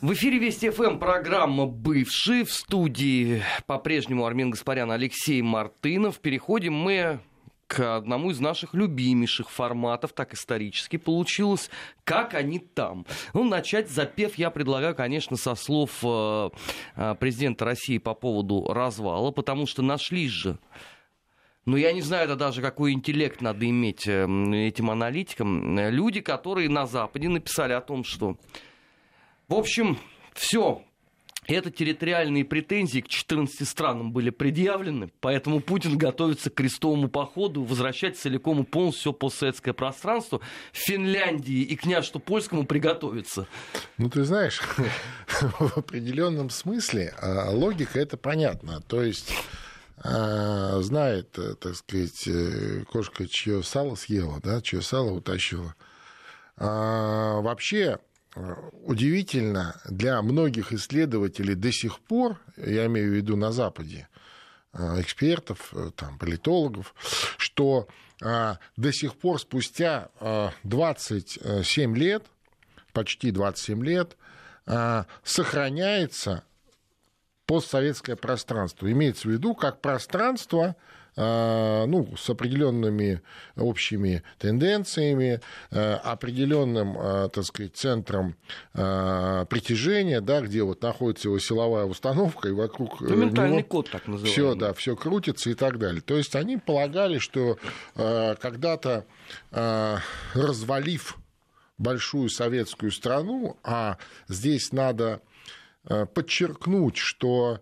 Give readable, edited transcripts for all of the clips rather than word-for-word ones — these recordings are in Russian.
В эфире Вести ФМ, программа «Бывший». В студии по-прежнему Армен Гаспарян, Алексей Мартынов. Переходим мы к одному из наших любимейших форматов, так исторически получилось, «Как они там?». Ну, начать запев я предлагаю, конечно, со слов президента России по поводу развала, потому что нашлись же... Ну, я не знаю, это даже какой интеллект надо иметь этим аналитикам. Люди, которые на Западе написали о том, что, в общем, все, это территориальные претензии к 14 странам были предъявлены, поэтому Путин готовится к крестовому походу, возвращать целиком и полностью все постсоветское пространство. Финляндии и княжеству польскому приготовиться. Ну, ты знаешь, в определенном смысле логика это понятна. То есть... знает, так сказать, кошка, чье сало съела, да, чье сало утащила. Вообще, удивительно, для многих исследователей до сих пор, я имею в виду на Западе, экспертов, там, политологов, что до сих пор спустя 27 лет, почти 27 лет, сохраняется постсоветское пространство. Имеется в виду как пространство, с определенными общими тенденциями, определенным, так сказать, центром притяжения, да, где вот находится его силовая установка, и вокруг ментальный код, так называемый. Все, да, все крутится и так далее. То есть они полагали, что когда-то развалив большую советскую страну, а здесь надо подчеркнуть, что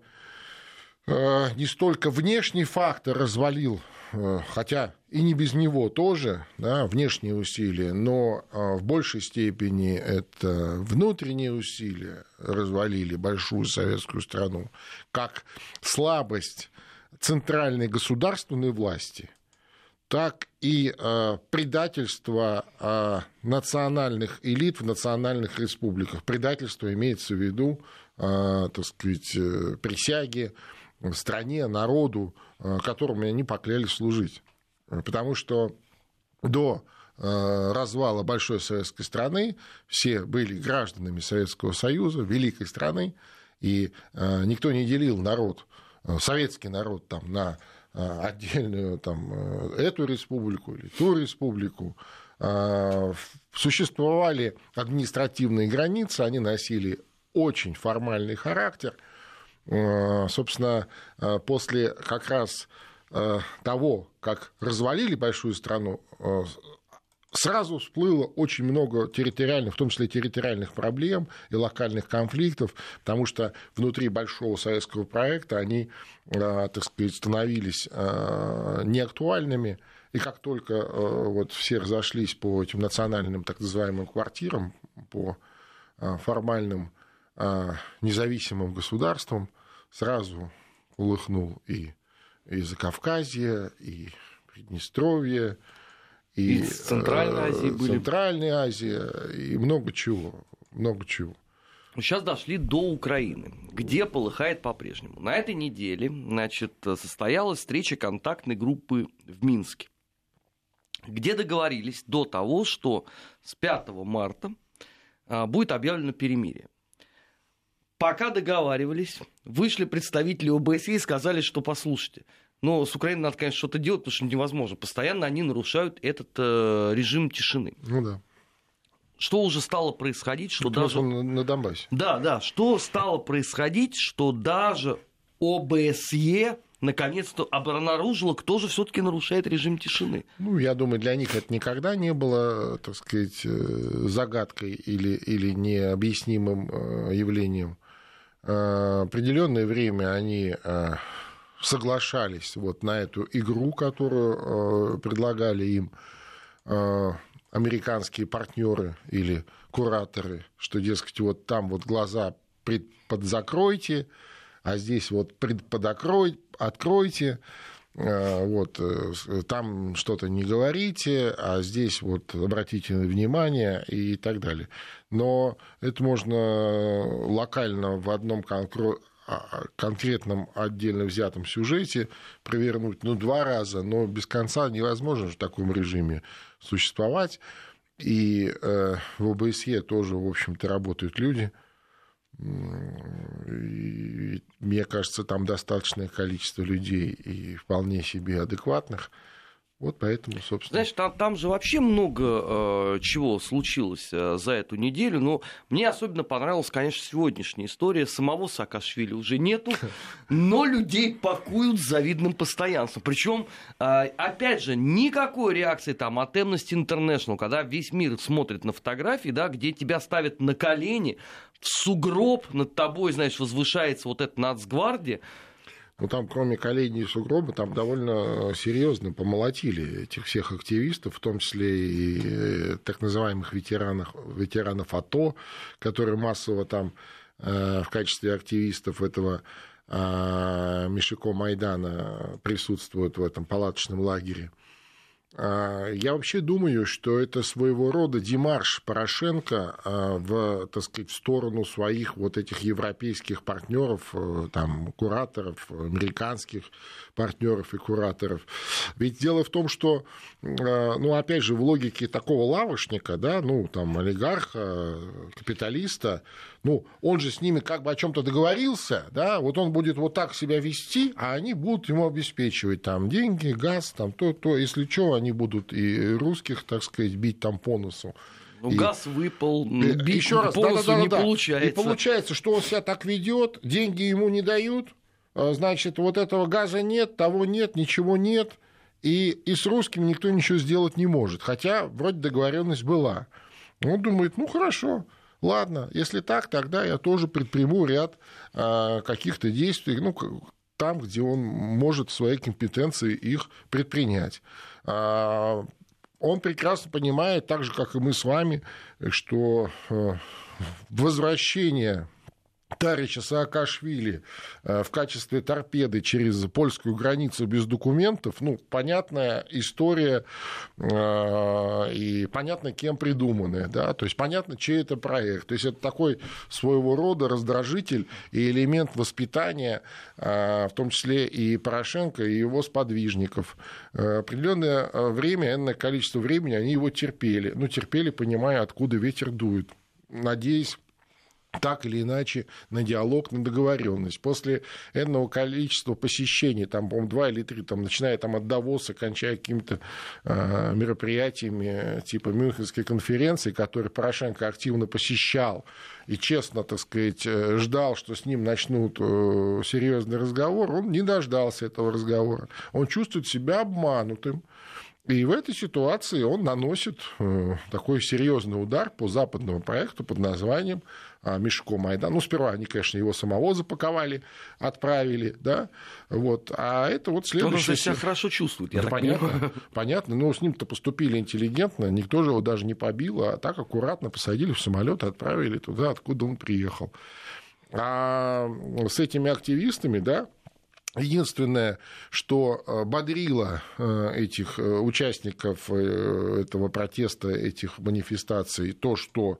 не столько внешний фактор развалил, хотя и не без него тоже, да, внешние усилия, но в большей степени это внутренние усилия развалили большую советскую страну, как слабость центральной государственной власти, так и предательство национальных элит в национальных республиках. Предательство имеется в виду, так сказать, присяги стране, народу, которому они поклялись служить. Потому что до развала большой советской страны все были гражданами Советского Союза, великой страны, и никто не делил народ, советский народ там, на отдельную там, эту республику или ту республику. Существовали административные границы, они носили очень формальный характер. Собственно, после как раз того, как развалили большую страну, сразу всплыло очень много территориальных, в том числе территориальных проблем и локальных конфликтов, потому что внутри большого советского проекта они, так сказать, становились неактуальными. И как только вот все разошлись по этим национальным так называемым квартирам, по формальным независимым государствам, сразу полыхнул и Закавказье, и Приднестровье, и Центральная Азия были. Центральная Азия, и много чего, много чего. Сейчас дошли до Украины, где полыхает по-прежнему. На этой неделе, значит, состоялась встреча контактной группы в Минске, где договорились до того, что с 5 марта будет объявлено перемирие. Пока договаривались, вышли представители ОБСЕ и сказали, что послушайте, но с Украиной надо, конечно, что-то делать, потому что невозможно. Постоянно они нарушают этот режим тишины. Ну да. Что уже стало происходить, что потому даже... что на Донбассе. Да, что стало происходить, что даже ОБСЕ наконец-то обнаружила, кто же все-таки нарушает режим тишины. Ну, я думаю, для них это никогда не было, так сказать, загадкой или необъяснимым явлением. Определенное время они соглашались вот на эту игру, которую предлагали им американские партнеры или кураторы, что, дескать, вот там вот глаза подзакройте, а здесь вот откройте, вот, там что-то не говорите, а здесь вот обратите внимание и так далее. Но это можно локально в одном конкретном отдельно взятом сюжете провернуть, 2 раза, но без конца невозможно в таком режиме существовать. И в ОБСЕ тоже, в общем-то, работают люди, И, мне кажется, там достаточное количество людей и вполне себе адекватных. Вот поэтому, собственно... Знаешь, там же вообще много чего случилось за эту неделю. Но мне особенно понравилась, конечно, сегодняшняя история. Самого Саакашвили уже нету, но людей пакуют с завидным постоянством. Причем, опять же, никакой реакции там от Amnesty International, когда весь мир смотрит на фотографии, да, где тебя ставят на колени, в сугроб над тобой, знаешь, возвышается вот эта нацгвардия. Ну, там, кроме коленей и сугроба, там довольно серьезно помолотили этих всех активистов, в том числе и так называемых ветеранов АТО, которые массово там в качестве активистов этого Мишико Майдана присутствуют в этом палаточном лагере. Я вообще думаю, что это своего рода демарш Порошенко в, так сказать, в сторону своих вот этих европейских партнеров, там, кураторов, американских партнеров и кураторов. Ведь дело в том, что, ну, опять же, в логике такого лавочника, да, ну, там, олигарха, капиталиста, ну, он же с ними как бы о чем-то договорился, да, вот он будет вот так себя вести, а они будут ему обеспечивать там деньги, газ, там то, если что, они будут и русских, так сказать, бить там по носу. Ну, газ выпал, бить еще раз, по носу не получается. И получается, что он себя так ведет, деньги ему не дают, значит, вот этого газа нет, того нет, ничего нет, и с русским никто ничего сделать не может, хотя вроде договоренность была. Он думает, ну, хорошо. Ладно, если так, тогда я тоже предприму ряд каких-то действий, ну, там, где он может в своей компетенции их предпринять. Он прекрасно понимает, так же, как и мы с вами, что возвращение товарища Саакашвили в качестве торпеды через польскую границу без документов, ну, понятная история и понятно, кем придуманная, да, то есть понятно, чей это проект. То есть это такой своего рода раздражитель и элемент воспитания, в том числе и Порошенко, и его сподвижников. Определенное время, энное количество времени они его терпели. Ну, терпели, понимая, откуда ветер дует. Надеюсь, так или иначе, на диалог, на договоренность. После энного количества посещений, там, по-моему, 2 или 3, там, начиная там, от Давоса, кончая какими-то мероприятиями типа Мюнхенской конференции, которые Порошенко активно посещал и честно, так сказать, ждал, что с ним начнут серьезный разговор, он не дождался этого разговора. Он чувствует себя обманутым. И в этой ситуации он наносит такой серьезный удар по западному проекту под названием Мишико Майдан. Ну, сперва они, конечно, его самого запаковали, отправили, да, вот, а это вот следующее... Он себя хорошо чувствует, я да, так понимаю. Понятно, но с ним-то поступили интеллигентно, никто же его даже не побил, а так аккуратно посадили в самолет и отправили туда, откуда он приехал. А с этими активистами, да, единственное, что бодрило этих участников этого протеста, этих манифестаций, то, что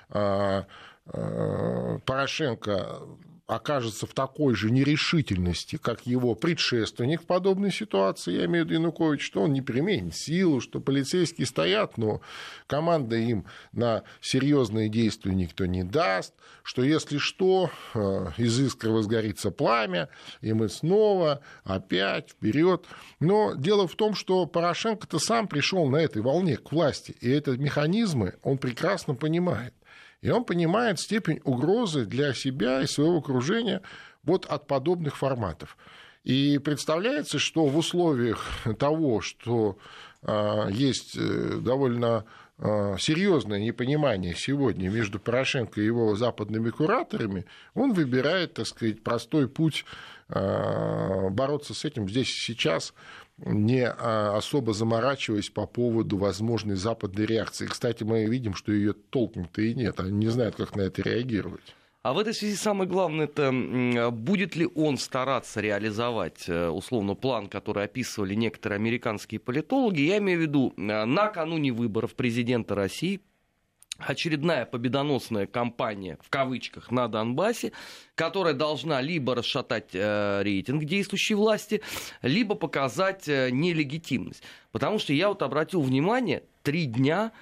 Порошенко окажется в такой же нерешительности, как его предшественник в подобной ситуации, я имею в виду Янукович, что он не применит силу, что полицейские стоят, но команды им на серьезные действия никто не даст, что если что, из искры возгорится пламя, и мы снова опять вперед. Но дело в том, что Порошенко-то сам пришел на этой волне к власти, и эти механизмы он прекрасно понимает. И он понимает степень угрозы для себя и своего окружения вот от подобных форматов. И представляется, что в условиях того, что есть довольно серьезное непонимание сегодня между Порошенко и его западными кураторами, он выбирает, так сказать, простой путь бороться с этим здесь и сейчас, не особо заморачиваясь по поводу возможной западной реакции. Кстати, мы видим, что ее толком-то и нет, они не знают, как на это реагировать. А в этой связи самое главное, это будет ли он стараться реализовать, условно, план, который описывали некоторые американские политологи. Я имею в виду, накануне выборов президента России очередная победоносная кампания, в кавычках, на Донбассе, которая должна либо расшатать рейтинг действующей власти, либо показать нелегитимность. Потому что я вот обратил внимание, 3 дня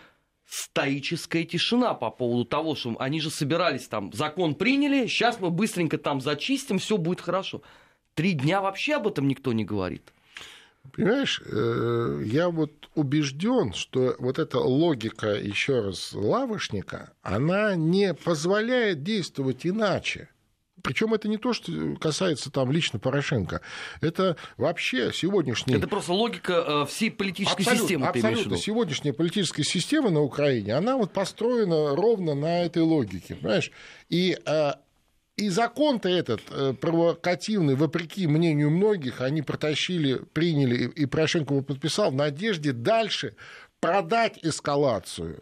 стоическая тишина по поводу того, что они же собирались там, закон приняли, сейчас мы быстренько там зачистим, все будет хорошо. 3 дня вообще об этом никто не говорит. Понимаешь, я вот убежден, что вот эта логика, еще раз, лавочника, она не позволяет действовать иначе. Причем это не то, что касается там лично Порошенко. Это вообще сегодняшний... Это просто логика всей политической системы. Абсолютно. Сегодняшняя политическая система на Украине, она вот построена ровно на этой логике. Понимаешь? И закон-то этот провокативный, вопреки мнению многих, они протащили, приняли, и Порошенко его подписал в надежде дальше продать эскалацию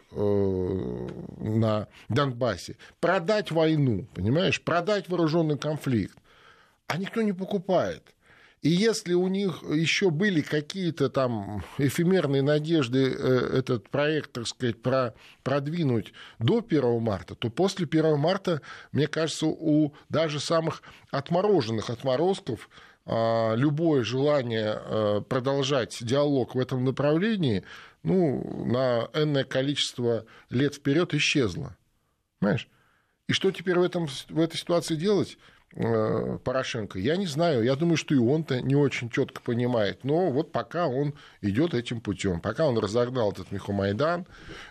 на Донбассе, продать войну, понимаешь, продать вооруженный конфликт. А никто не покупает. И если у них еще были какие-то там эфемерные надежды этот проект, так сказать, продвинуть до 1 марта, то после 1 марта, мне кажется, у даже самых отмороженных отморозков любое желание продолжать диалог в этом направлении, ну, на энное количество лет вперед исчезло. Понимаешь? И что теперь в этой ситуации делать Порошенко? Я не знаю. Я думаю, что и он-то не очень четко понимает. Но вот пока он идет этим путем, пока он разогнал этот Мехомайдан,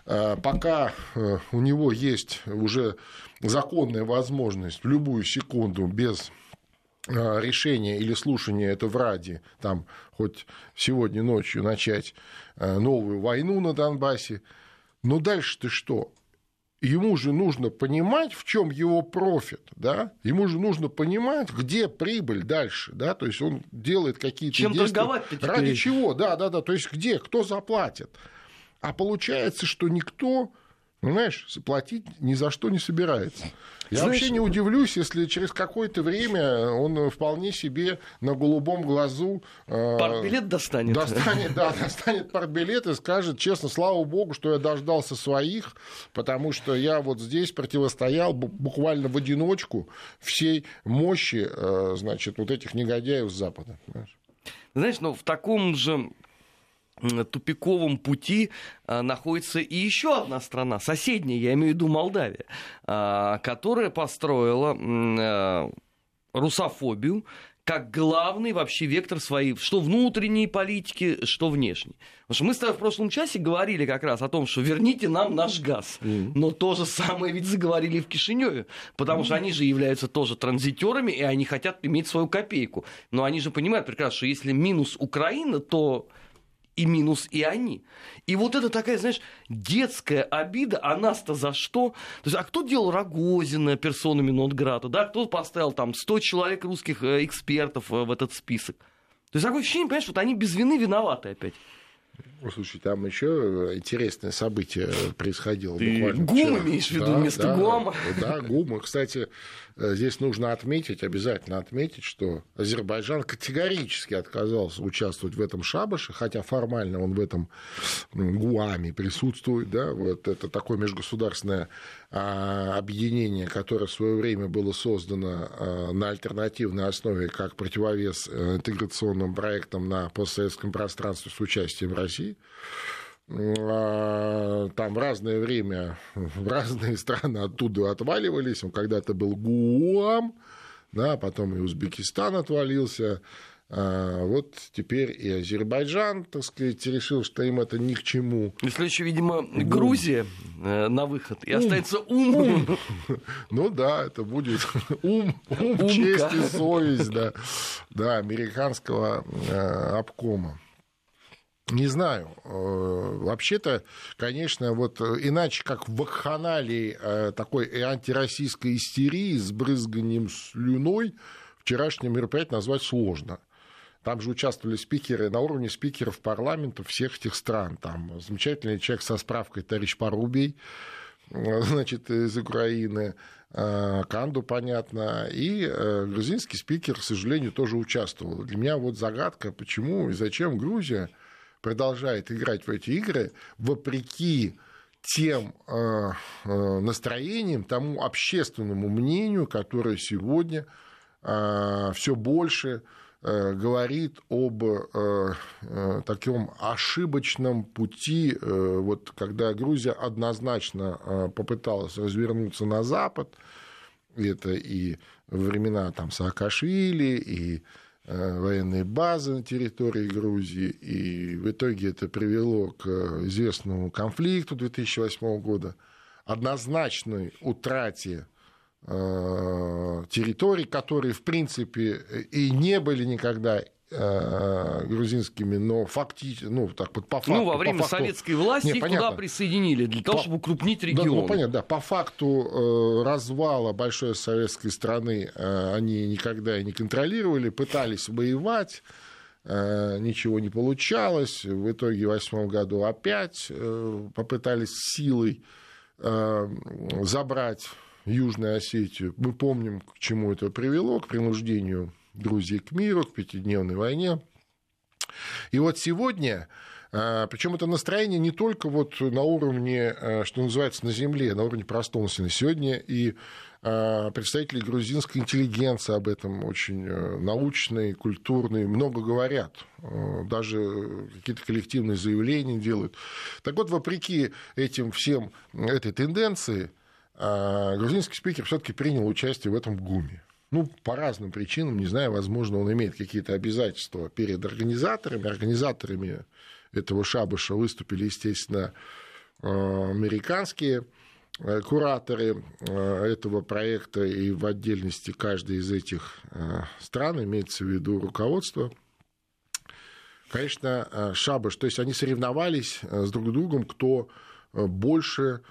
пока у него есть уже законная возможность в любую секунду без решения или слушания это в Раде, там хоть сегодня ночью начать новую войну на Донбассе. Но дальше-то что? Ему же нужно понимать, в чем его профит, да? Ему же нужно понимать, где прибыль дальше, да? То есть он делает какие-то чем действия. торговать-то теперь? Ради чего? Да. То есть где? Кто заплатит? А получается, что никто, понимаешь, заплатить ни за что не собирается. Я вообще не удивлюсь, если через какое-то время он вполне себе на голубом глазу партбилет достанет. Достанет партбилет и скажет, честно, слава богу, что я дождался своих, потому что я вот здесь противостоял буквально в одиночку всей мощи, значит, вот этих негодяев с Запада. Знаешь, ну в таком же тупиковом пути находится и еще одна страна, соседняя, я имею в виду Молдавия, которая построила русофобию как главный вообще вектор своей, что внутренней политики, что внешней. Потому что мы с тобой в прошлом часе говорили как раз о том, что верните нам наш газ. Но то же самое ведь заговорили в Кишиневе, потому что они же являются тоже транзитерами, и они хотят иметь свою копейку. Но они же понимают прекрасно, что если минус Украина, то и минус и они. И вот это такая, знаешь, детская обида, а нас-то за что? То есть, а кто делал Рогозина персонами нон-грата, да? Кто поставил там 100 человек русских экспертов в этот список? То есть, такое ощущение, понимаешь, вот они без вины виноваты опять. Слушай, там еще интересное событие происходило. Ты буквально ГУМ вчера. имеешь в виду вместо ГУАМа? Да, ГУМ. Кстати, здесь нужно отметить, обязательно отметить, что Азербайджан категорически отказался участвовать в этом шабаше, хотя формально он в этом ГУАМе присутствует. Да? Вот это такое межгосударственное объединение, которое в свое время было создано на альтернативной основе как противовес интеграционным проектам на постсоветском пространстве с участием России. Там в разное время разные страны оттуда отваливались. Он когда-то был ГУАМ, да, потом и Узбекистан отвалился. Вот теперь и Азербайджан, так сказать, решил, что им это ни к чему. И следующее, видимо, Грузия на выход. И останется ум. Ну да, это будет ум, честь и совесть, да, американского обкома. Не знаю. Вообще-то, конечно, вот иначе как в вакханалии такой антироссийской истерии с брызганием слюной вчерашнее мероприятие назвать сложно. Там же участвовали спикеры на уровне спикеров парламентов всех этих стран. Там замечательный человек со справкой товарищ Порубий, значит, из Украины, Канду, понятно, и грузинский спикер, к сожалению, тоже участвовал. Для меня вот загадка, почему и зачем Грузия продолжает играть в эти игры, вопреки тем настроениям, тому общественному мнению, которое сегодня все больше говорит об таком ошибочном пути, вот, когда Грузия однозначно попыталась развернуться на Запад, это и времена там, Саакашвили, и военные базы на территории Грузии, и в итоге это привело к известному конфликту 2008 года, однозначной утрате территорий, которые, в принципе, и не были никогда грузинскими, но фактически, ну, так вот по факту... Ну, во время советской власти их туда присоединили, для того, чтобы укрупнить регион. Да, ну, понятно, да. По факту развала большой советской страны они никогда и не контролировали, пытались воевать, ничего не получалось. В итоге в 2008 году опять попытались силой забрать Южную Осетию. Мы помним, к чему это привело, к принуждению Грузии к миру, к пятидневной войне. И вот сегодня, причем это настроение не только вот на уровне, что называется, на земле, на уровне простого населения. Сегодня и представители грузинской интеллигенции об этом очень научные, культурные, много говорят, даже какие-то коллективные заявления делают. Так вот, вопреки этим всем, этой тенденции, грузинский спикер все-таки принял участие в этом ГУМе. Ну, по разным причинам, не знаю, возможно, он имеет какие-то обязательства перед организаторами. Организаторами этого шабаша выступили, естественно, американские кураторы этого проекта, и в отдельности каждой из этих стран, имеется в виду руководство. Конечно, шабаш, то есть они соревновались с друг другом, кто больше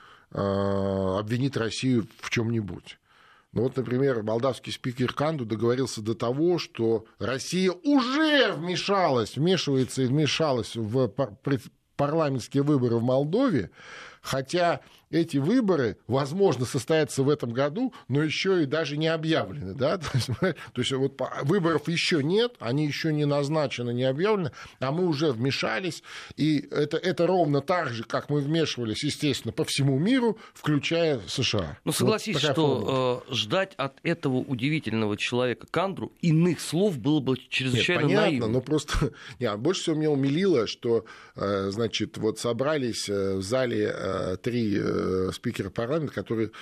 обвинит Россию в чем-нибудь. Ну вот, например, молдавский спикер Канду договорился до того, что Россия уже вмешивается и вмешалась в парламентские выборы в Молдове, хотя эти выборы, возможно, состоятся в этом году, но еще и даже не объявлены. Да? То есть вот выборов еще нет, они еще не назначены, не объявлены, а мы уже вмешались. И это ровно так же, как мы вмешивались, естественно, по всему миру, включая США. Ну, согласись, вот что ждать от этого удивительного человека Кандру иных слов было бы чрезвычайно наивно. Но просто больше всего меня умилило, что значит, вот собрались в зале 3 спикера парламента, которые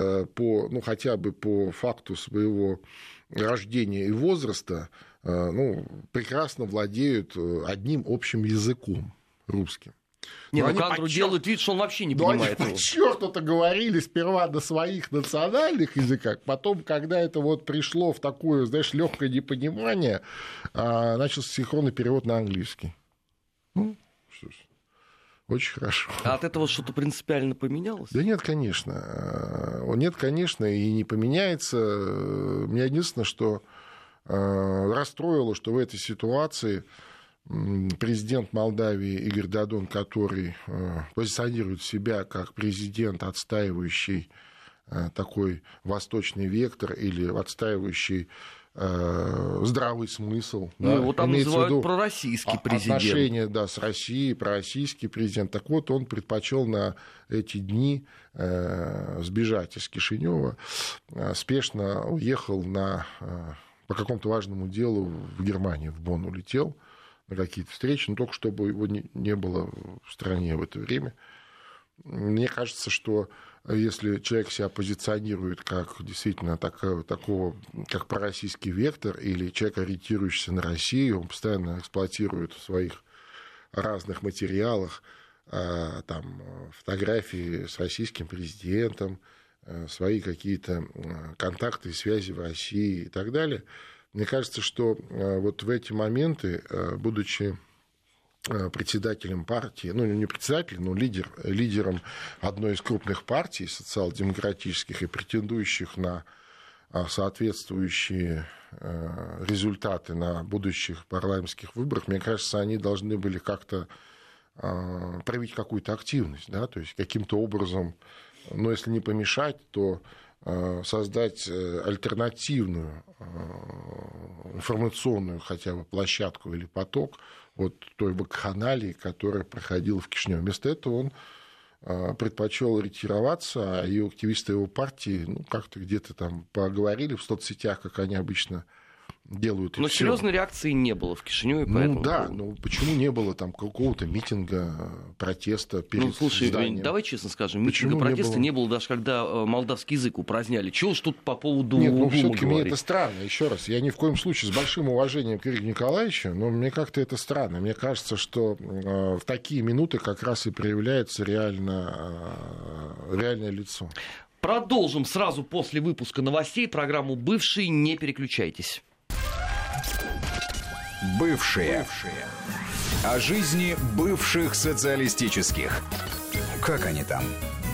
хотя бы по факту своего рождения и возраста прекрасно владеют одним общим языком русским. Кандру делают вид, что он вообще не понимает его. Они по чёрту-то говорили сперва на своих национальных языках, потом, когда это вот пришло в такое, знаешь, легкое непонимание, начался синхронный перевод на английский. Ну, что ж. Очень хорошо. А от этого что-то принципиально поменялось? Да нет, конечно. Нет, конечно, и не поменяется. Меня единственное, что расстроило, что в этой ситуации президент Молдавии Игорь Додон, который позиционирует себя как президент, отстаивающий такой восточный вектор или отстаивающий здравый смысл. Ну, его там называют пророссийский президент. Отношения, да, с Россией, пророссийский президент. Так вот, он предпочел на эти дни сбежать из Кишинева, спешно уехал по какому-то важному делу в Германию, в Бонн улетел на какие-то встречи, но только чтобы его не было в стране в это время. Мне кажется, что если человек себя позиционирует как действительно такого, как пророссийский вектор, или человек, ориентирующийся на Россию, он постоянно эксплуатирует в своих разных материалах там, фотографии с российским президентом, свои какие-то контакты и связи в России и так далее. Мне кажется, что вот в эти моменты, будучи председателем партии, ну не председателем, но лидером одной из крупных партий социал-демократических и претендующих на соответствующие результаты на будущих парламентских выборах, мне кажется, они должны были как-то проявить какую-то активность, да, то есть каким-то образом, но если не помешать, то создать альтернативную информационную хотя бы площадку или поток от той вакханалии, которая проходила в Кишиневе. Вместо этого он предпочел ретироваться, а и активисты его партии как-то где-то там поговорили в соцсетях, как они обычно делают. Но серьезной реакции не было в Кишиневе по этому поводу. Ну почему не было там какого-то митинга, протеста перед зданием? Давай честно скажем, митинга, протеста не было даже когда молдавский язык упраздняли. Чего ж тут по поводу все-таки мне это странно. Еще раз, я ни в коем случае с большим уважением к Игорю Николаевичу, но мне как-то это странно. Мне кажется, что в такие минуты как раз и проявляется реальное лицо. Продолжим сразу после выпуска новостей программу «Бывшие». Не переключайтесь. Бывшие. О жизни бывших социалистических. Как они там?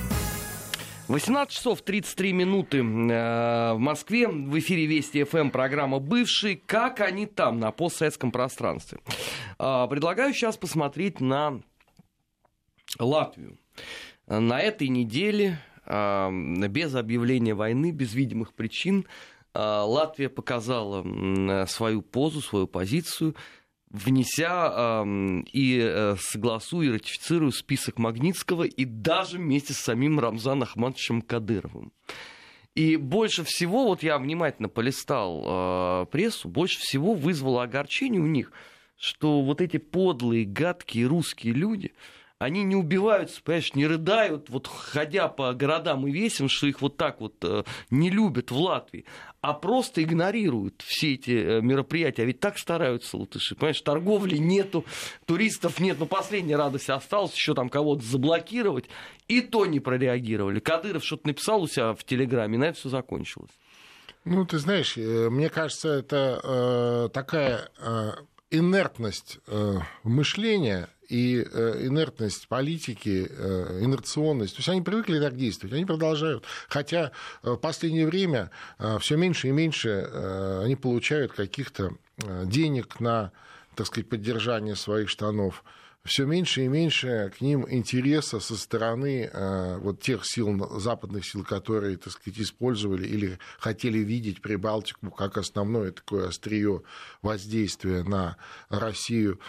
18 часов 33 минуты в Москве. В эфире Вести ФМ программа «Бывшие». Как они там на постсоветском пространстве? Предлагаю сейчас посмотреть на Латвию. На этой неделе, без объявления войны, без видимых причин, Латвия показала свою позу, свою позицию, внеся и согласуя, и ратифицируя список Магнитского и даже вместе с самим Рамзаном Ахматовичем Кадыровым. И больше всего, вот я внимательно полистал прессу, больше всего вызвало огорчение у них, что вот эти подлые, гадкие русские люди, они не убиваются, понимаешь, не рыдают, вот ходя по городам и весям, что их вот так вот не любят в Латвии, а просто игнорируют все эти мероприятия. А ведь так стараются латыши, понимаешь, торговли нету, туристов нет, но последняя радость осталась, еще там кого-то заблокировать, и то не прореагировали. Кадыров что-то написал у себя в Телеграме, и на это все закончилось. Ну, ты знаешь, мне кажется, это такая инертность мышления и инертность политики, инерционность. То есть они привыкли так действовать, они продолжают. Хотя в последнее время все меньше и меньше они получают каких-то денег на, так сказать, поддержание своих штанов. Все меньше и меньше к ним интереса со стороны вот тех сил, западных сил, которые, так сказать, использовали или хотели видеть Прибалтику как основное такое острие воздействия на Россию.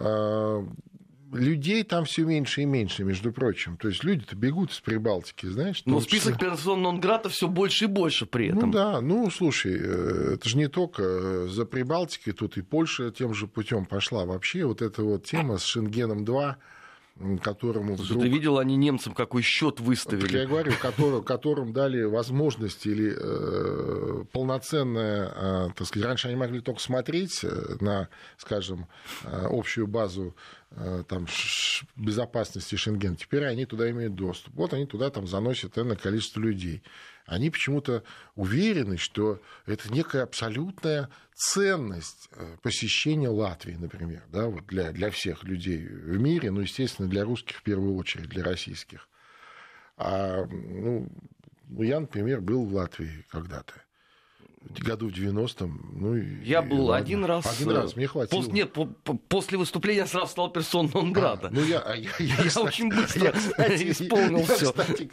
Людей там все меньше и меньше, между прочим. То есть люди-то бегут из Прибалтики, знаешь. Но список персон нон-грата все больше и больше при этом. Ну да, слушай, это же не только за Прибалтикой, тут и Польша тем же путем пошла. Вообще вот эта вот тема с Шенгеном-2, которому вдруг... Ты видел, они немцам какой счет выставили? Так я говорю, которым дали возможность или полноценное, так сказать, раньше они могли только смотреть на, скажем, общую базу там, безопасности Шенгена, теперь они туда имеют доступ. Вот они туда там заносят энное количество людей. Они почему-то уверены, что это некая абсолютная ценность посещения Латвии, например, да, вот для всех людей в мире, естественно, для русских в первую очередь, для российских. Я, например, был в Латвии когда-то. Году в 90-м. Я был один раз. Один раз, мне хватило. После выступления сразу стал персон нон-грата. Я очень быстро исполнил все.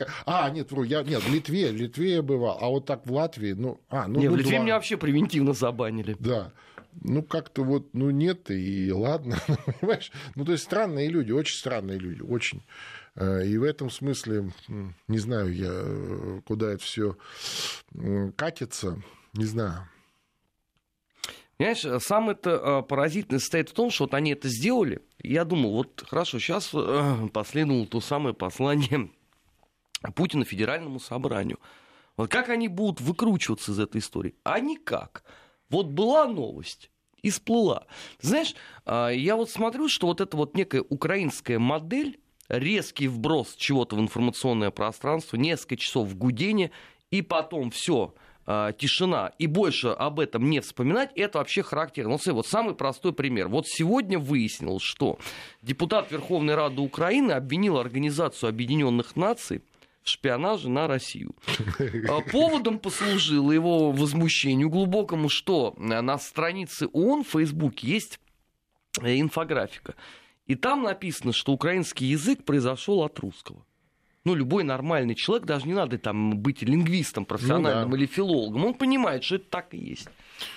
В Литве я бывал, а вот так в Латвии, в Литве меня вообще превентивно забанили. Да. Как-то нет, и ладно, понимаешь? То есть странные люди, очень странные люди, очень. И в этом смысле, не знаю я, куда это все катится, не знаю. Понимаешь, самое поразительное состоит в том, что вот они это сделали. Я думал, вот хорошо, сейчас последовало то самое послание Путина Федеральному собранию. Вот как они будут выкручиваться из этой истории? А никак. Вот была новость и всплыла. Знаешь, я вот смотрю, что вот эта вот некая украинская модель, резкий вброс чего-то в информационное пространство, несколько часов гудения, и потом все, тишина, и больше об этом не вспоминать, это вообще характерно. Вот самый простой пример. Вот сегодня выяснилось, что депутат Верховной Рады Украины обвинил Организацию Объединенных Наций в шпионаже на Россию. Поводом послужило его возмущению глубокому, что на странице ООН в Фейсбуке есть инфографика. И там написано, что украинский язык произошел от русского. Любой нормальный человек, даже не надо там быть лингвистом профессиональным или филологом, он понимает, что это так и есть.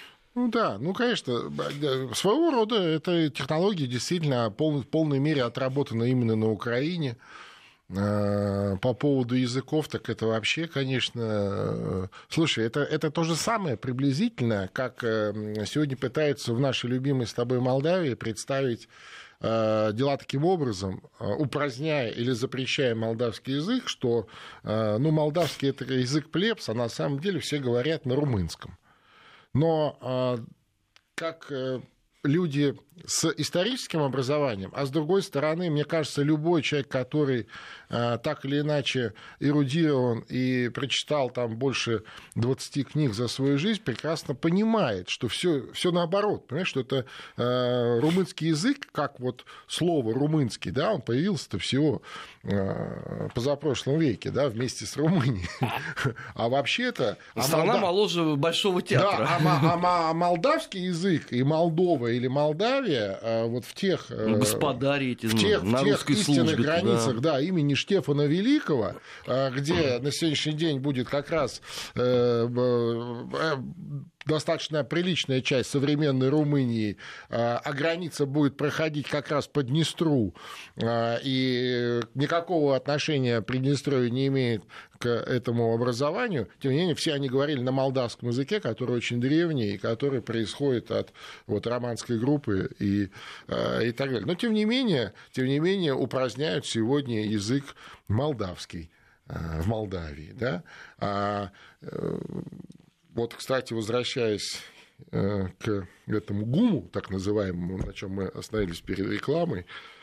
Конечно, своего рода эта технология действительно в полной мере отработана именно на Украине. по поводу языков, так это вообще, конечно... Слушай, это то же самое приблизительно, как сегодня пытаются в нашей любимой с тобой Молдавии представить дела таким образом, упраздняя или запрещая молдавский язык, что молдавский — это язык плебс, а на самом деле все говорят на румынском. Но как люди с историческим образованием, а с другой стороны, мне кажется, любой человек, который так или иначе эрудирован и прочитал там больше 20 книг за свою жизнь, прекрасно понимает, что все наоборот, понимаешь, что это румынский язык, как вот слово румынский, да, он появился-то всего позапрошлом веке, да, вместе с Румынией. А вообще-то... Страна моложе Большого театра. Да, а молдавский язык и Молдова или Молдавия вот в тех, господари эти, в тех истинных службе, границах, да, имени Штефана Великого, где на сегодняшний день будет как раз достаточно приличная часть современной Румынии, а граница будет проходить как раз по Днестру, и никакого отношения Приднестровье не имеет к этому образованию, тем не менее, все они говорили на молдавском языке, который очень древний, и который происходит от вот, романской группы и так далее. Но, тем не менее, упраздняют сегодня язык молдавский в Молдавии, да. Вот, кстати, возвращаясь к этому ГУМу, так называемому, на чем мы остановились перед рекламой,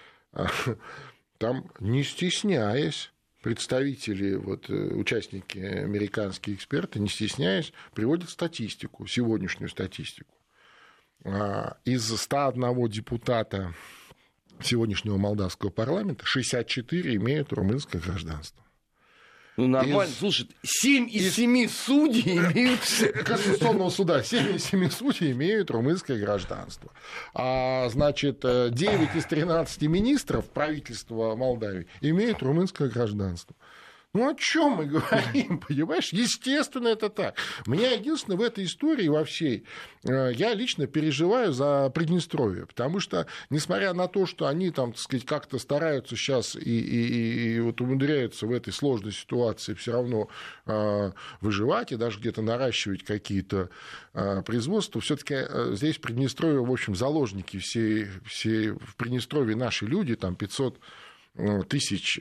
там, не стесняясь, представители, вот, участники, американские эксперты, не стесняясь, приводят статистику, сегодняшнюю статистику. Из 101 депутата сегодняшнего молдавского парламента 64 имеют румынское гражданство. Ну, нормально. Слушай, 7 из 7 судей имеют... Конституционного суда 7 из 7 судей имеют румынское гражданство. А, значит, 9 из 13 министров правительства Молдавии имеют румынское гражданство. Ну, о чем мы говорим, понимаешь? Естественно, это так. Меня единственное в этой истории во всей, я лично переживаю за Приднестровье, потому что, несмотря на то, что они там, так сказать, как-то стараются сейчас и вот умудряются в этой сложной ситуации все равно выживать и даже где-то наращивать какие-то производства, все-таки здесь Приднестровье, в общем, заложники все в Приднестровье наши люди, там 500 тысяч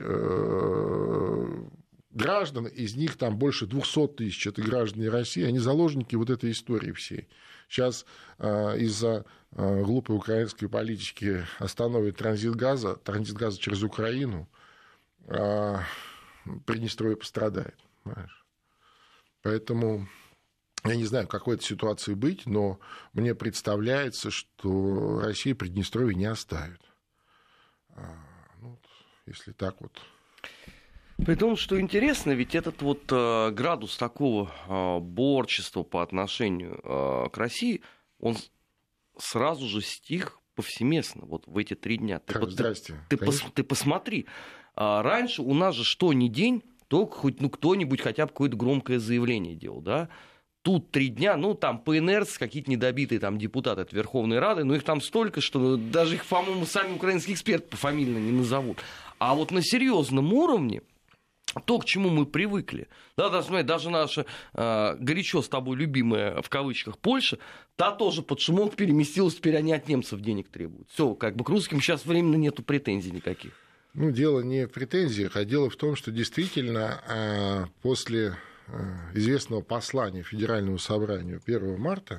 граждан, из них там больше 200 тысяч, это граждане России, они заложники вот этой истории всей. Сейчас из-за глупой украинской политики остановят транзит газа через Украину, Приднестровье пострадает, понимаешь? Поэтому я не знаю, в какой этой ситуации быть, но мне представляется, что Россия Приднестровье не оставит. Ну, если так вот... При том, что интересно, ведь этот вот градус такого борчества по отношению к России, он сразу же стих повсеместно вот в эти 3 дня. Ты посмотри. Раньше у нас же что ни день, только хоть кто-нибудь хотя бы какое-то громкое заявление делал, да? Тут 3 дня, ну, там по инерции какие-то недобитые там депутаты от Верховной Рады, но их там столько, что даже их, по-моему, сами украинские эксперты пофамильно не назовут. А вот на серьезном уровне то, к чему мы привыкли, да, смотри, даже наша горячо с тобой любимая, в кавычках, Польша, та тоже под шумок переместилась, теперь они от немцев денег требуют. Все, как бы к русским сейчас временно нету претензий никаких. Ну, дело не в претензиях, а дело в том, что действительно после известного послания Федеральному собранию 1 марта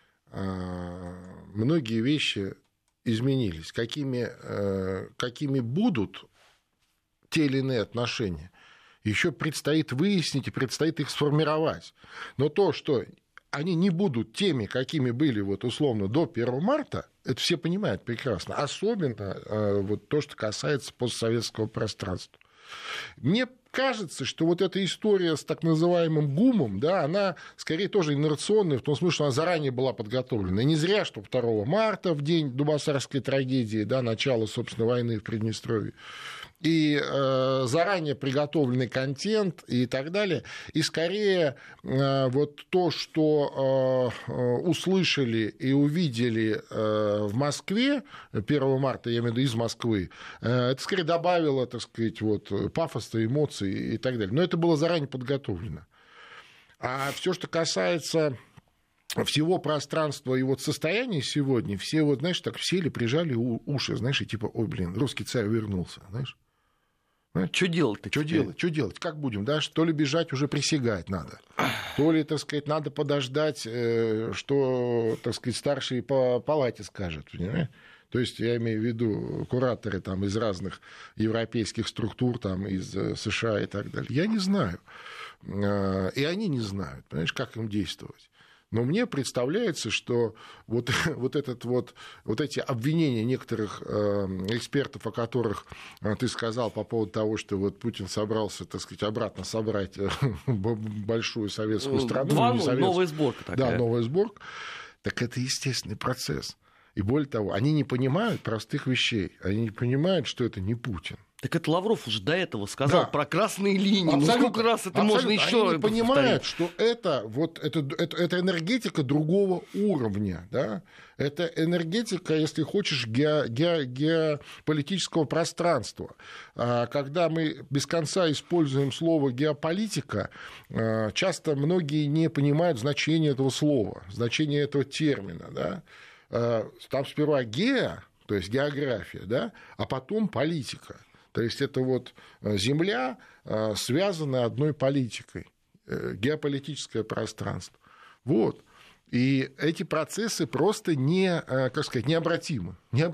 многие вещи изменились. Какими будут те или иные отношения, еще предстоит выяснить и предстоит их сформировать. Но то, что они не будут теми, какими были вот условно до 1 марта, это все понимают прекрасно. Особенно вот то, что касается постсоветского пространства. Мне кажется, что вот эта история с так называемым ГУМом, да, она скорее тоже инерционная, в том смысле, что она заранее была подготовлена. И не зря, что 2 марта, в день Дубасарской трагедии, да, начала, собственно, войны в Приднестровье, и заранее приготовленный контент и так далее. И скорее вот то, что услышали и увидели в Москве 1 марта, я имею в виду из Москвы, это скорее добавило, так сказать, вот, пафоса, эмоций и так далее. Но это было заранее подготовлено. А все, что касается всего пространства и вот состояния сегодня, все вот, знаешь, так сели, прижали уши, знаешь, и типа, ой, блин, русский царь вернулся, знаешь. Что делать-то? Что делать? Как будем, да? То ли бежать, уже присягать надо, то ли, так сказать, надо подождать, что, так сказать, старший по палате скажет, понимаешь? То есть я имею в виду кураторы там, из разных европейских структур, там, из США и так далее. Я не знаю. И они не знают, понимаешь, как им действовать. Но мне представляется, что вот эти обвинения некоторых экспертов, о которых ты сказал по поводу того, что вот Путин собрался, так сказать, обратно собрать большую советскую страну. 2:0, новая сборка такая. Да, новая сборка. Так это естественный процесс. И более того, они не понимают простых вещей. Они не понимают, что это не Путин. Так это Лавров уже до этого сказал, да, про красные линии. Абсолютно, ну сколько раз это можно еще Они не понимают, что это энергетика другого уровня. Да? Это энергетика, если хочешь, геополитического пространства. Когда мы без конца используем слово геополитика, часто многие не понимают значение этого слова, значение этого термина. Да? Там сперва то есть география, да? А потом политика. То есть это вот Земля, связанная одной политикой, геополитическое пространство. Вот. И эти процессы просто необратимы.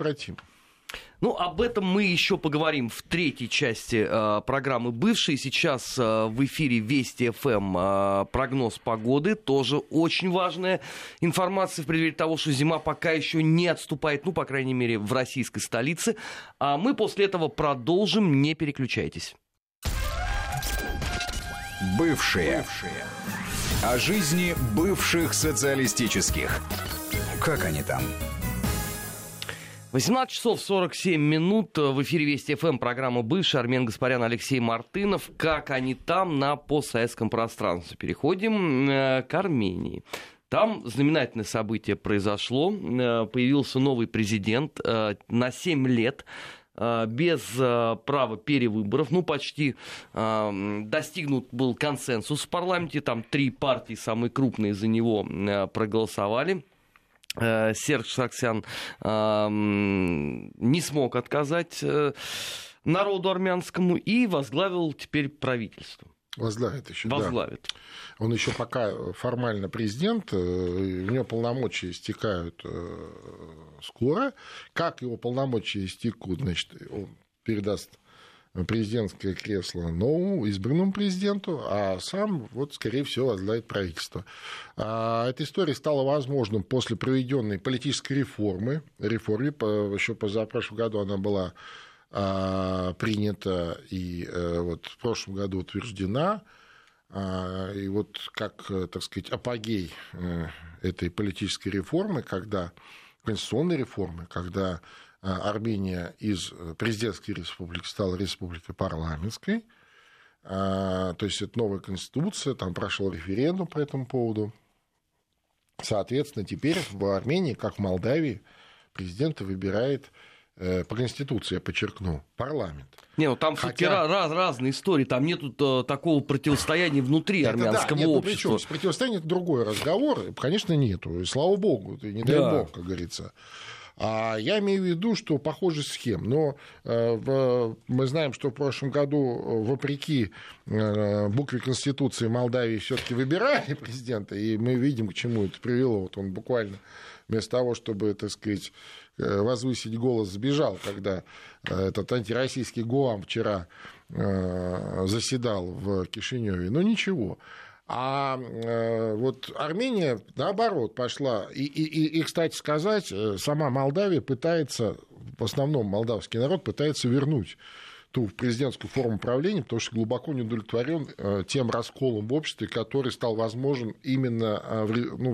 Ну, об этом мы еще поговорим в третьей части программы «Бывшие». Сейчас в эфире Вести ФМ прогноз погоды. Тоже очень важная информация в преддверии того, что зима пока еще не отступает, ну, по крайней мере, в российской столице. А мы после этого продолжим. Не переключайтесь. Бывшие. О жизни бывших социалистических. Как они там? 18 часов 47 минут. В эфире Вести ФМ, программа «Бывшие». Армен Гаспарян, Алексей Мартынов. Как они там на постсоветском пространстве? Переходим к Армении. Там знаменательное событие произошло. Появился новый президент на 7 лет. Без права перевыборов, ну, почти достигнут был консенсус в парламенте. Там 3 партии, самые крупные, за него проголосовали. Серж Саргсян не смог отказать народу армянскому и возглавил теперь правительство. Возглавит еще, возглавит. Да. Он еще пока формально президент, у него полномочия истекают скоро. Как его полномочия истекут, значит, он передаст президентское кресло новому, избранному президенту, а сам, вот, скорее всего, возглавит правительство. Эта история стала возможным после проведенной политической реформы. Еще позапрошлом году она была принята и вот в прошлом году утверждена. И вот как, так сказать, апогей этой политической реформы, конституционной реформы, когда Армения из президентской республики стала республикой парламентской, то есть это новая конституция, там прошел референдум по этому поводу. Соответственно, теперь в Армении, как в Молдавии, президента выбирает по Конституции, я подчеркну, парламент. Не, ну там все-таки разные истории, там нету такого противостояния внутри армянского общества. Причем противостояние — это другой разговор, конечно, нету, и слава богу, и не дай бог, как говорится. А я имею в виду, что похожих схем. Но мы знаем, что в прошлом году, вопреки букве Конституции, Молдавии все-таки выбирали президента, и мы видим, к чему это привело. Вот он буквально вместо того, чтобы, так сказать, возвысить голос, сбежал, когда этот антироссийский ГУАМ вчера заседал в Кишиневе. Но ничего. А вот Армения, наоборот, пошла. И, кстати сказать, сама Молдавия пытается, в основном молдавский народ пытается вернуть ту президентскую форму правления, потому что глубоко не удовлетворен тем расколом в обществе, который стал возможен именно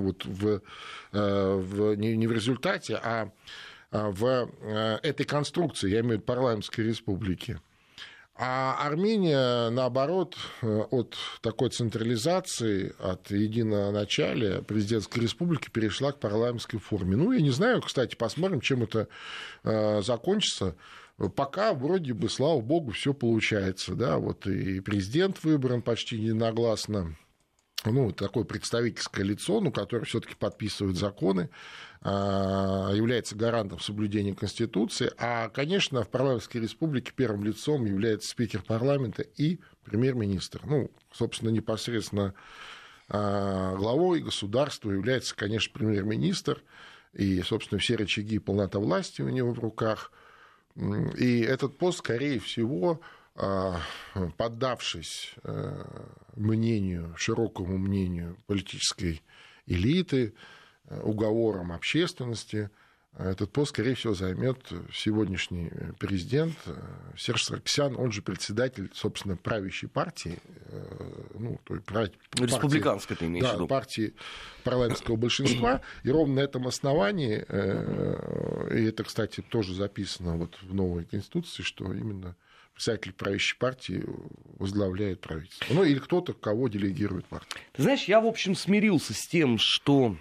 не в результате, а в этой конструкции, я имею в виду парламентской республики. А Армения, наоборот, от такой централизации, от единоначалия президентской республики перешла к парламентской форме. Ну, я не знаю, кстати, посмотрим, чем это закончится. Пока вроде бы, слава богу, все получается. Да? Вот и президент выбран почти единогласно. Ну, такое представительское лицо, ну, которое все-таки подписывает законы, является гарантом соблюдения Конституции. А, конечно, в парламентской республике первым лицом является спикер парламента и премьер-министр. Ну, собственно, непосредственно главой государства является, конечно, премьер-министр. И, собственно, все рычаги и полнота власти у него в руках. И этот пост, скорее всего, поддавшись мнению, широкому мнению политической элиты, уговорам общественности, этот пост, скорее всего, займет сегодняшний президент Серж Саркисян, он же председатель, собственно, правящей партии, ну, той республиканской, ты имеешь в виду? Да, партии парламентского большинства, и ровно на этом основании, и это, кстати, тоже записано вот в новой Конституции, что именно председатель правящей партии возглавляет правительство. Ну, или кто-то, кого делегирует партия. Ты знаешь, я, в общем, смирился с тем, что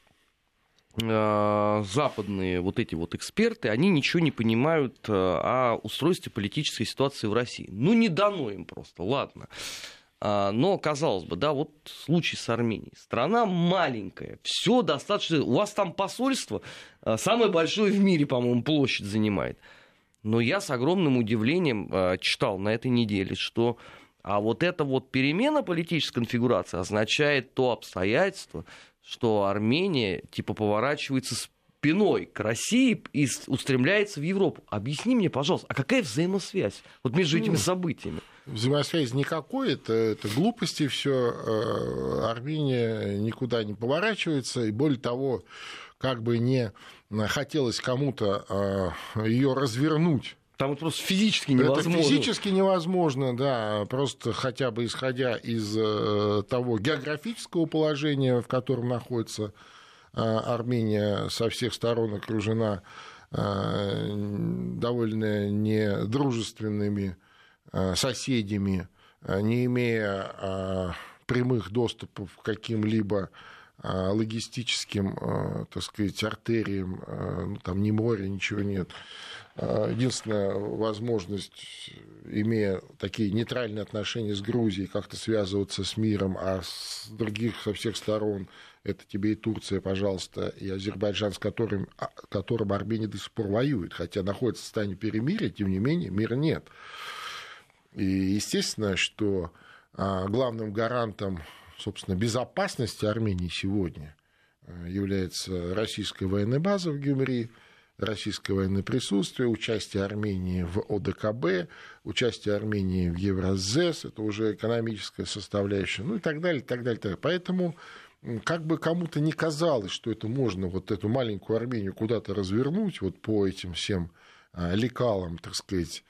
западные вот эти вот эксперты, они ничего не понимают о устройстве политической ситуации в России. Ну, не дано им просто, ладно. Но, казалось бы, да, вот случай с Арменией. Страна маленькая, все достаточно... У вас там посольство самое большое в мире, по-моему, площадь занимает. Но я с огромным удивлением читал на этой неделе, что вот эта вот перемена политической конфигурации означает то обстоятельство, что Армения типа поворачивается спиной к России и устремляется в Европу. Объясни мне, пожалуйста, а какая взаимосвязь вот между этими событиями? Взаимосвязи никакой, это глупости все. Армения никуда не поворачивается, и более того, как бы не хотелось кому-то ее развернуть. Там это просто физически невозможно. Это физически невозможно, да, просто хотя бы исходя из того географического положения, в котором находится Армения, со всех сторон окружена довольно недружественными соседями, не имея прямых доступов к каким-либо логистическим, так сказать, артериям, ну, там ни моря, ничего нет. Единственная возможность, имея такие нейтральные отношения с Грузией, как-то связываться с миром, а с других, со всех сторон, это тебе и Турция, пожалуйста, и Азербайджан, с которым Армения до сих пор воюет, хотя находится в состоянии перемирия, тем не менее, мира нет. И естественно, что главным гарантом, собственно, безопасности Армении сегодня является российская военная база в Гюмри, российское военное присутствие, участие Армении в ОДКБ, участие Армении в Евразес, это уже экономическая составляющая, ну и так далее, так далее, так далее. Поэтому, как бы кому-то не казалось, что это можно вот эту маленькую Армению куда-то развернуть, вот по этим всем лекалам, так сказать,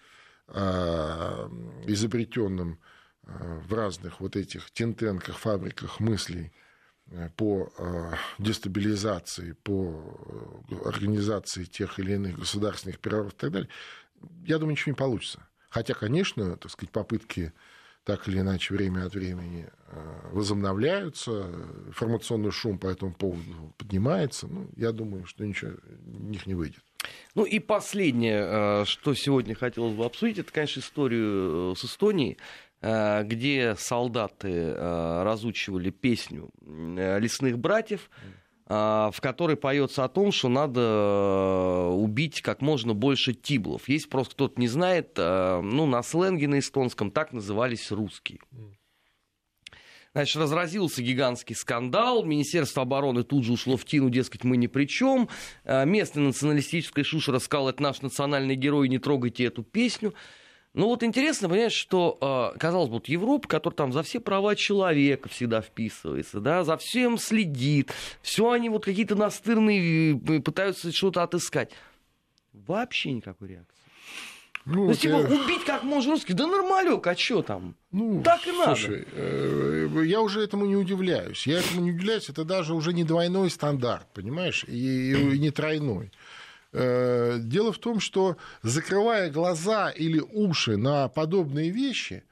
изобретенным в разных вот этих тинтенках, фабриках мыслей по дестабилизации, по организации тех или иных государственных переворотов и так далее, я думаю, ничего не получится. Хотя, конечно, так сказать, попытки так или иначе время от времени возобновляются, информационный шум по этому поводу поднимается, ну, я думаю, что ничего у них не выйдет. Ну и последнее, что сегодня хотелось бы обсудить, это, конечно, историю с Эстонией, где солдаты разучивали песню «Лесных братьев», в которой поется о том, что надо убить как можно больше тиблов. Если просто кто-то не знает, ну, на сленге на эстонском так назывались русские. Значит, разразился гигантский скандал, Министерство обороны тут же ушло в тину, дескать, мы ни при чем. Местная националистическая шушера сказала, это наш национальный герой, не трогайте эту песню. Ну вот интересно, понимаешь, что, казалось бы, вот Европа, которая там за все права человека всегда вписывается, да, за всем следит, все они вот какие-то настырные пытаются что-то отыскать. Вообще никакой реакции. Ну, вот типа, убить как можно русских, да нормалек, а что там? Ну, так и надо. Слушай, я уже этому не удивляюсь. Это даже уже не двойной стандарт, понимаешь, и не тройной. дело в том, что закрывая глаза или уши на подобные вещи,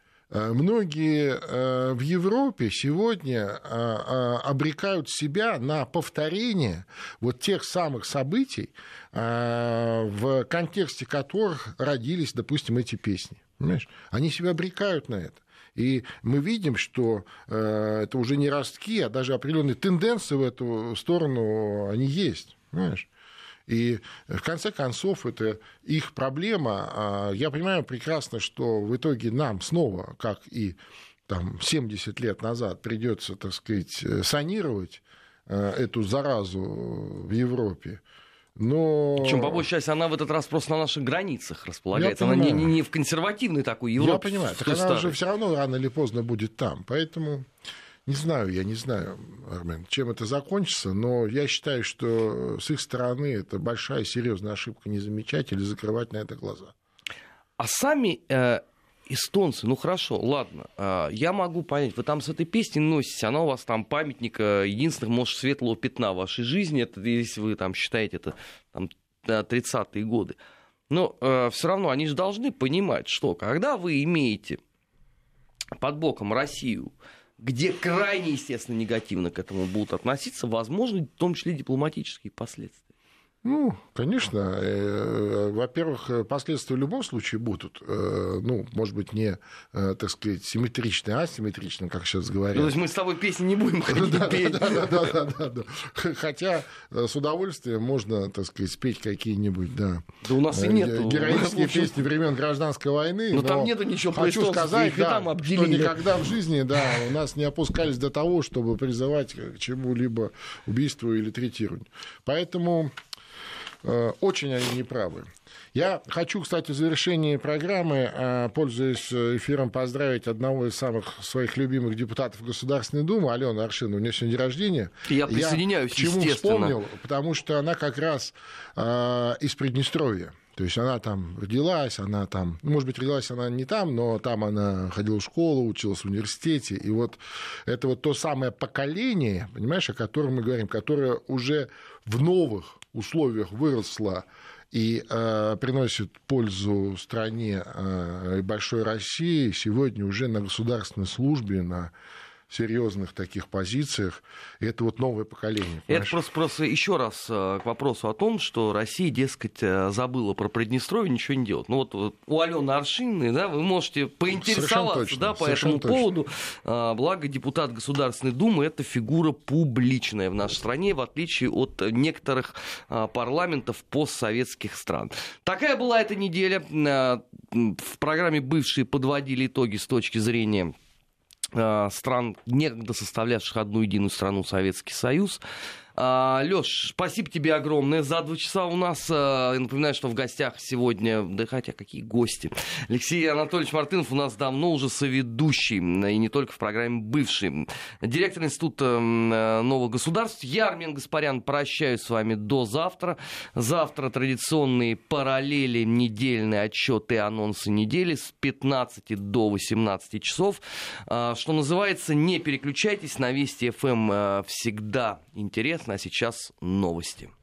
многие в Европе сегодня обрекают себя на повторение вот тех самых событий, в контексте которых родились, допустим, эти песни. Понимаешь? Они себя обрекают на это. И мы видим, что это уже не ростки, а даже определенные тенденции в эту сторону они есть. Понимаешь? И в конце концов это их проблема. Я понимаю прекрасно, что в итоге нам снова, как и там, 70 лет назад, придется, так сказать, санировать эту заразу в Европе. Но... Причем, по большей части, она в этот раз просто на наших границах располагается. Она не в консервативной такой Европе. Я понимаю. Так она уже все равно рано или поздно будет там. Поэтому я не знаю, Армен, чем это закончится, но я считаю, что с их стороны это большая серьезная ошибка не замечать или закрывать на это глаза. А сами эстонцы, ну хорошо, ладно, я могу понять, вы там с этой песней носите, она у вас там памятник единственных, может, светлого пятна в вашей жизни, это, если вы там считаете это там, 30-е годы. Но все равно они же должны понимать, что когда вы имеете под боком Россию, где крайне, естественно, негативно к этому будут относиться, возможно, в том числе дипломатические последствия. Ну, конечно. Во-первых, последствия в любом случае будут. Ну, может быть, не, так сказать, симметричные, а асимметричные, как сейчас говорят. То есть мы с тобой песни не будем ходить петь. Да. Хотя с удовольствием можно, так сказать, спеть какие-нибудь, да. Да у нас и нет. Героические песни времен Гражданской войны. Но там нету ничего про хочу сказать, да, что никогда в жизни, да, у нас не опускались до того, чтобы призывать к чему-либо убийству или третированию. Поэтому... Очень они неправы. Я хочу, кстати, в завершении программы, пользуясь эфиром, поздравить одного из самых своих любимых депутатов Государственной Думы, Алену Аршину. У нее сегодня день рождения. Я присоединяюсь, естественно. Чему вспомнил? Потому что она как раз из Приднестровья. То есть она там родилась, она там, может быть, родилась она не там, но там она ходила в школу, училась в университете. И вот это вот то самое поколение, понимаешь, о котором мы говорим, которое уже в новых условиях выросло и приносит пользу стране и большой России, сегодня уже на государственной службе, на серьезных таких позициях. И это вот новое поколение. Это просто еще раз к вопросу о том, что Россия, дескать, забыла про Приднестровье, ничего не делает. Ну вот у Алены Аршиной, да, вы можете поинтересоваться да, по этому поводу. Благо депутат Государственной Думы — это фигура публичная в нашей стране, в отличие от некоторых парламентов постсоветских стран. Такая была эта неделя. В программе «Бывшие» подводили итоги с точки зрения стран, некогда составлявших одну единую страну, Советский Союз. Лёш, спасибо тебе огромное за 2 часа у нас. Я напоминаю, что в гостях сегодня, да хотя какие гости, Алексей Анатольевич Мартынов у нас давно уже соведущий, и не только в программе «Бывший». Директор Института новых государств. Я, Армен Гаспарян, прощаюсь с вами до завтра. Завтра традиционные параллели, недельные отчеты и анонсы недели с 15 до 18 часов. Что называется, не переключайтесь, на Вести ФМ всегда интересно. А сейчас новости.